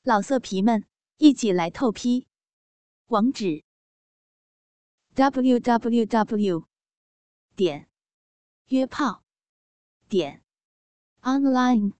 老色皮们，一起来透批！网址 www.约炮online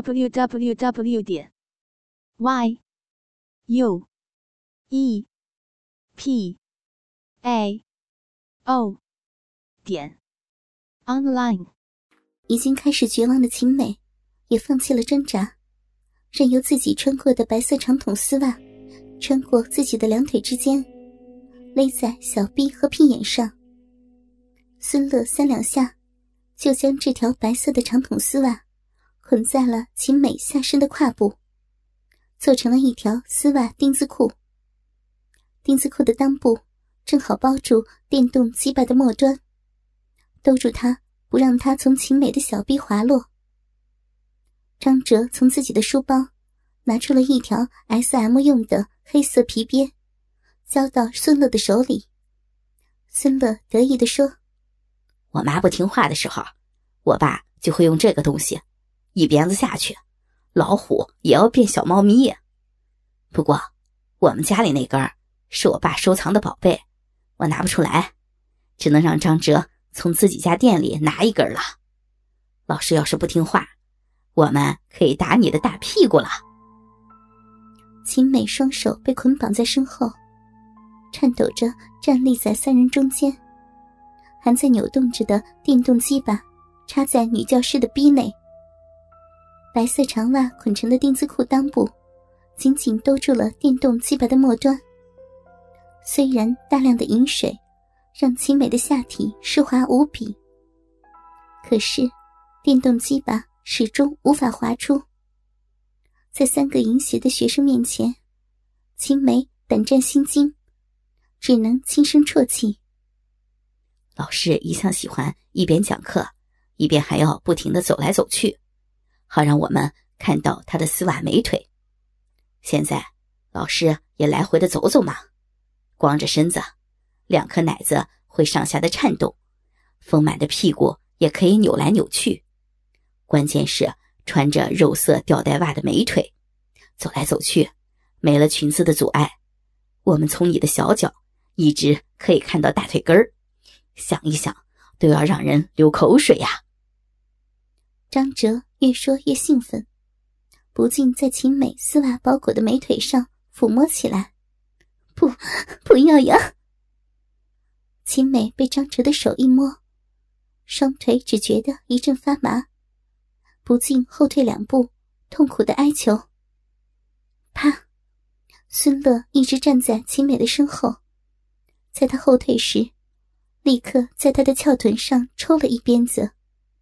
www.yuepao.online。 已经开始绝望的秦美也放弃了挣扎，任由自己穿过的白色长筒丝袜穿过自己的两腿之间，勒在小臂和屁眼上。孙乐三两下就将这条白色的长筒丝袜捆在了秦美下身的胯部，做成了一条丝袜丁字裤。丁字裤的裆部正好包住电动鸡巴的末端，兜住它，不让它从秦美的小臂滑落。张哲从自己的书包拿出了一条 SM 用的黑色皮鞭，交到孙乐的手里。孙乐得意地说： 我妈不听话的时候，我爸就会用这个东西，一鞭子下去，老虎也要变小猫咪。不过我们家里那根是我爸收藏的宝贝，我拿不出来，只能让张哲从自己家店里拿一根了。老师要是不听话，我们可以打你的大屁股了。 秦美双手被捆绑在身后，颤抖着站立在三人中间，还在扭动着的电动鸡巴插在女教师的逼内。白色长袜捆成的丁字裤裆部紧紧兜住了电动鸡巴的末端。虽然大量的饮水让秦美的下体湿滑无比，可是电动鸡巴始终无法滑出。在三个淫邪的学生面前，秦美胆战心惊，只能轻声啜泣。 老师一向喜欢一边讲课一边还要不停地走来走去，好让我们看到他的丝袜美腿。现在老师也来回的走走嘛，光着身子，两颗奶子会上下的颤动，丰满的屁股也可以扭来扭去。关键是穿着肉色吊带袜的美腿，走来走去，没了裙子的阻碍，我们从你的小脚一直可以看到大腿根儿，想一想都要让人流口水呀。 张哲越说越兴奋，不禁在秦美丝袜包裹的美腿上抚摸起来。不要呀！秦美被张哲的手一摸，双腿只觉得一阵发麻，不禁后退两步，痛苦地哀求。啪！孙乐一直站在秦美的身后，在她后退时立刻在她的翘臀上抽了一鞭子。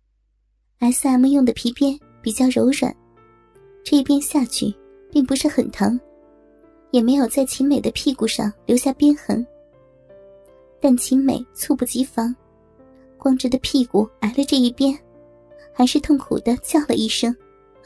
SM 用的皮鞭比较柔软，这一鞭下去并不是很疼，也没有在秦美的屁股上留下鞭痕。但秦美猝不及防，光着的屁股挨了这一鞭，还是痛苦地叫了一声。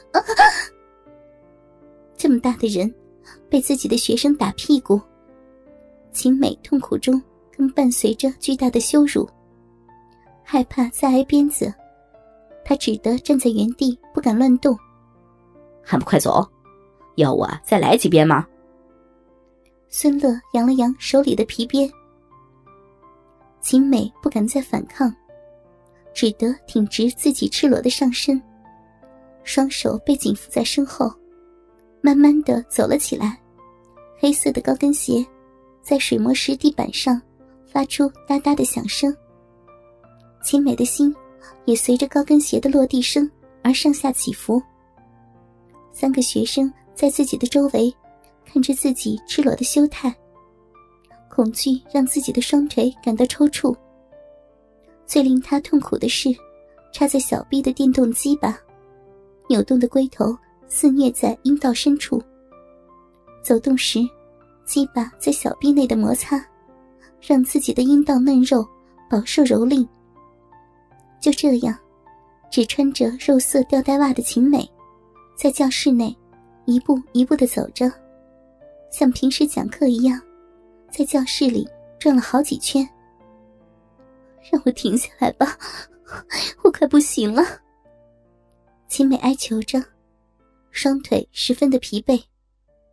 这么大的人被自己的学生打屁股，秦美痛苦中更伴随着巨大的羞辱。害怕再挨鞭子，她只得站在原地不敢乱动。 还不快走，要我再来几鞭吗？ 孙乐扬了扬手里的皮鞭。秦美不敢再反抗，只得挺直自己赤裸的上身，双手被紧缚在身后，慢慢地走了起来。黑色的高跟鞋在水磨石地板上发出哒哒的响声，秦美的心也随着高跟鞋的落地声而上下起伏。三个学生在自己的周围看着自己赤裸的羞态，恐惧让自己的双腿感到抽搐。最令他痛苦的是插在小臂的电动鸡巴，扭动的龟头肆虐在阴道深处，走动时鸡巴在小臂内的摩擦让自己的阴道嫩肉饱受蹂躏。就这样，只穿着肉色吊带袜的秦美在教室内一步一步地走着，像平时讲课一样在教室里转了好几圈。让我停下来吧，我快不行了。秦美哀求着，双腿十分的疲惫。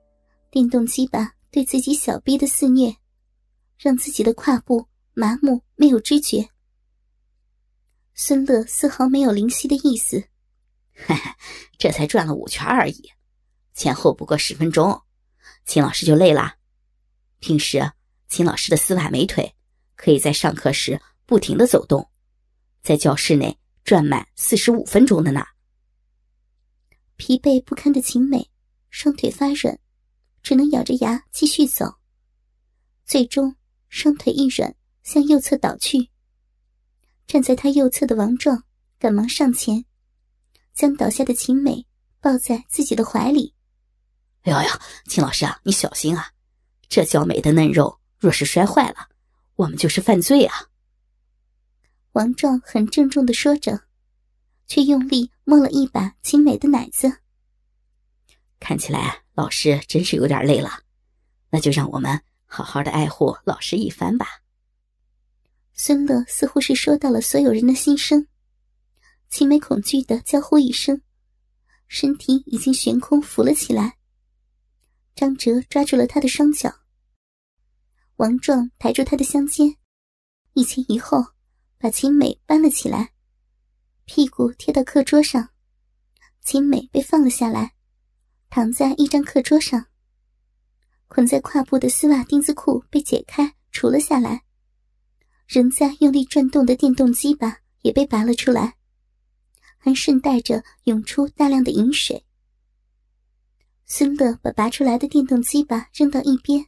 电动鸡巴对自己小臂的肆虐，让自己的胯部麻木没有知觉。孙乐丝毫没有灵犀的意思， 这才转了5圈而已，前后不过10分钟，秦老师就累了。平时秦老师的丝袜美腿可以在上课时不停地走动，在教室内转满45分钟的呢。 疲惫不堪的秦美双腿发软，只能咬着牙继续走，最终双腿一软向右侧倒去。站在他右侧的王壮赶忙上前，将倒下的秦美抱在自己的怀里。 哎呀，秦老师啊，你小心啊，这娇美的嫩肉若是摔坏了，我们就是犯罪啊。 王壮很郑重地说着，却用力摸了一把秦美的奶子。 看起来老师真是有点累了，那就让我们好好的爱护老师一番吧。 孙乐似乎是说到了所有人的心声，秦美恐惧地娇呼一声，身体已经悬空浮了起来。张哲抓住了他的双脚，王壮抬住他的香肩，一前一后把秦美搬了起来，屁股贴到课桌上，秦美被放了下来，躺在一张课桌上。捆在胯部的丝袜丁字裤被解开除了下来，仍在用力转动的电动鸡巴也被拔了出来，还顺带着涌出大量的饮水。孙乐把拔出来的电动鸡巴扔到一边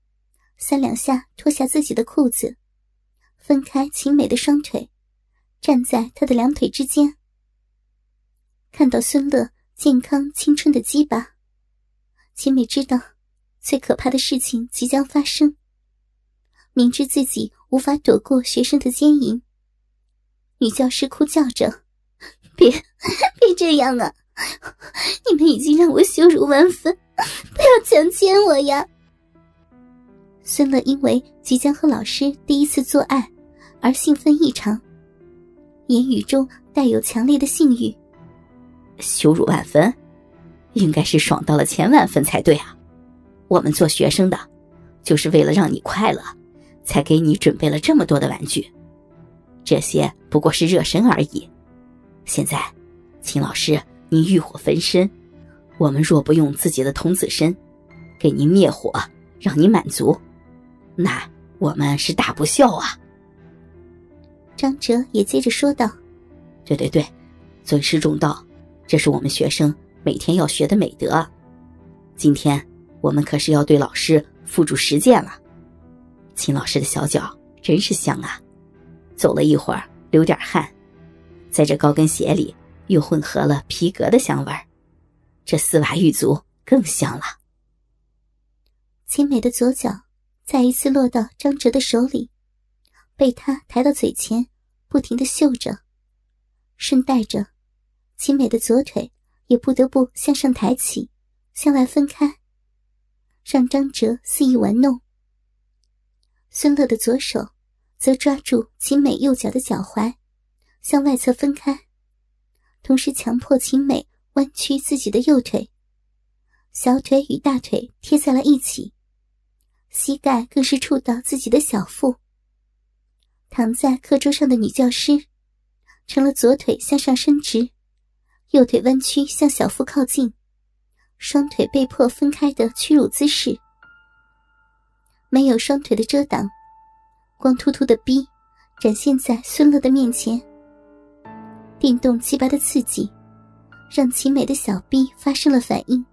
，3两下脱下自己的裤子，分开秦美的双腿，站在她的2腿之间。看到孙乐健康青春的鸡巴，秦美知道最可怕的事情即将发生。明知自己无法躲过学生的奸淫，女教师哭叫着：“别这样啊！你们已经让我羞辱万分，不要强奸我呀！”孙乐因为即将和老师第一次做爱而兴奋异常，言语中带有强烈的性欲。 羞辱万分，应该是爽到了1000万分才对啊！我们做学生的，就是为了让你快乐，才给你准备了这么多的玩具，这些不过是热身而已。现在，秦老师，您欲火焚身，我们若不用自己的童子身，给您灭火，让您满足，那我们是大不孝啊！ 张哲也接着说道：“ 对，尊师重道，这是我们学生每天要学的美德。今天我们可是要对老师付诸实践了。秦老师的小脚真是香啊，走了一会儿流点汗，在这高跟鞋里又混合了皮革的香味儿，这丝袜玉足更香了。” 秦美的左脚再一次落到张哲的手里，被他抬到嘴前，不停地嗅着，顺带着秦美的左腿也不得不向上抬起，向外分开，让张哲肆意玩弄。孙乐的左手则抓住秦美右脚的脚踝，向外侧分开，同时强迫秦美弯曲自己的右腿，小腿与大腿贴在了一起，膝盖更是触到自己的小腹。躺在课桌上的女教师成了左腿向上伸直，右腿弯曲向小腹靠近，双腿被迫分开的屈辱姿势。没有双腿的遮挡，光秃秃的逼展现在孙乐的面前。电动鸡巴的刺激让秦美的小逼发生了反应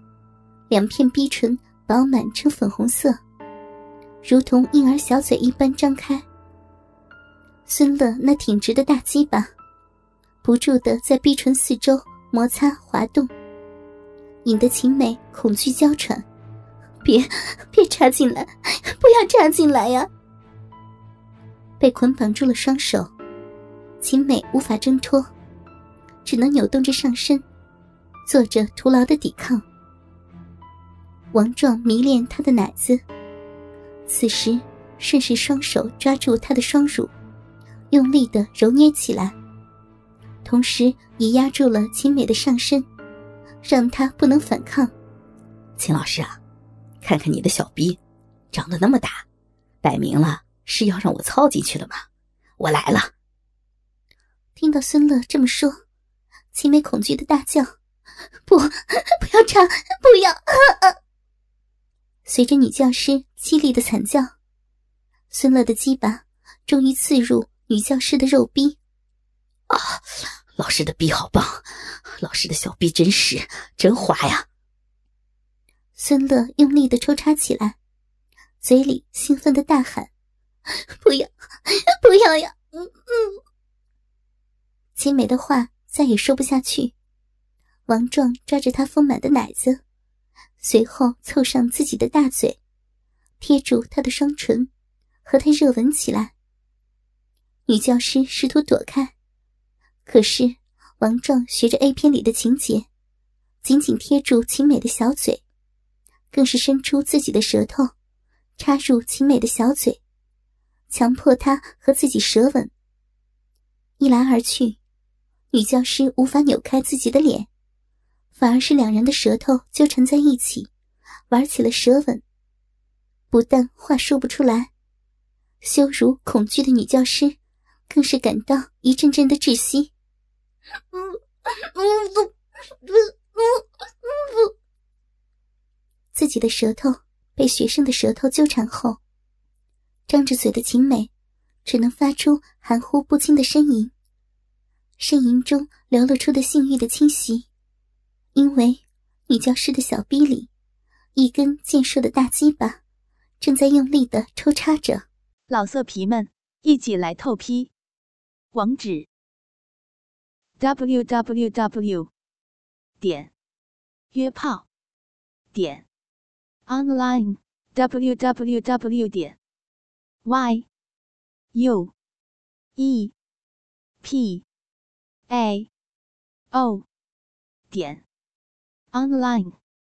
，2片逼唇饱满呈粉红色，如同婴儿小嘴一般张开。孙乐那挺直的大鸡巴不住地在逼唇四周摩擦滑动，引得秦美恐惧娇喘：“别插进来，不要插进来呀！”被捆绑住了双手，秦美无法挣脱，只能扭动着上身，做着徒劳的抵抗。王壮迷恋她的奶子，此时顺势双手抓住她的双乳，用力地揉捏起来，同时也压住了秦美的上身，让她不能反抗。 秦老师啊， 看看你的小逼，长得那么大，摆明了是要让我操进去的吗？我来了。 听到孙乐这么说，秦美恐惧的大叫：不要插，不要！随着女教师凄厉的惨叫，孙乐的鸡巴终于刺入女教师的肉逼。 啊，老师的逼好棒，老师的小逼真实真滑呀。 孙乐用力地抽插起来，嘴里兴奋地大喊：不要，不要呀！秦美的话再也说不下去，王壮抓着她丰满的奶子，随后凑上自己的大嘴，贴住她的双唇，和她热吻起来。女教师试图躲开，可是王壮学着 A 片里的情节，紧紧贴住秦美的小嘴，更是伸出自己的舌头插入秦美的小嘴，强迫她和自己舌吻。一来而去，女教师无法扭开自己的脸，反而是两人的舌头纠缠在一起，玩起了舌吻。不但话说不出来，羞辱恐惧的女教师更是感到一阵阵的窒息。自己的舌头被学生的舌头纠缠后，张着嘴的秦美只能发出含糊不清的呻吟，呻吟中流露出的性欲的侵袭，因为女教师的小逼里一根健硕的大鸡巴正在用力地抽插着。 老色皮们，一起来透批！网址 www.约炮.online www.yuepao.online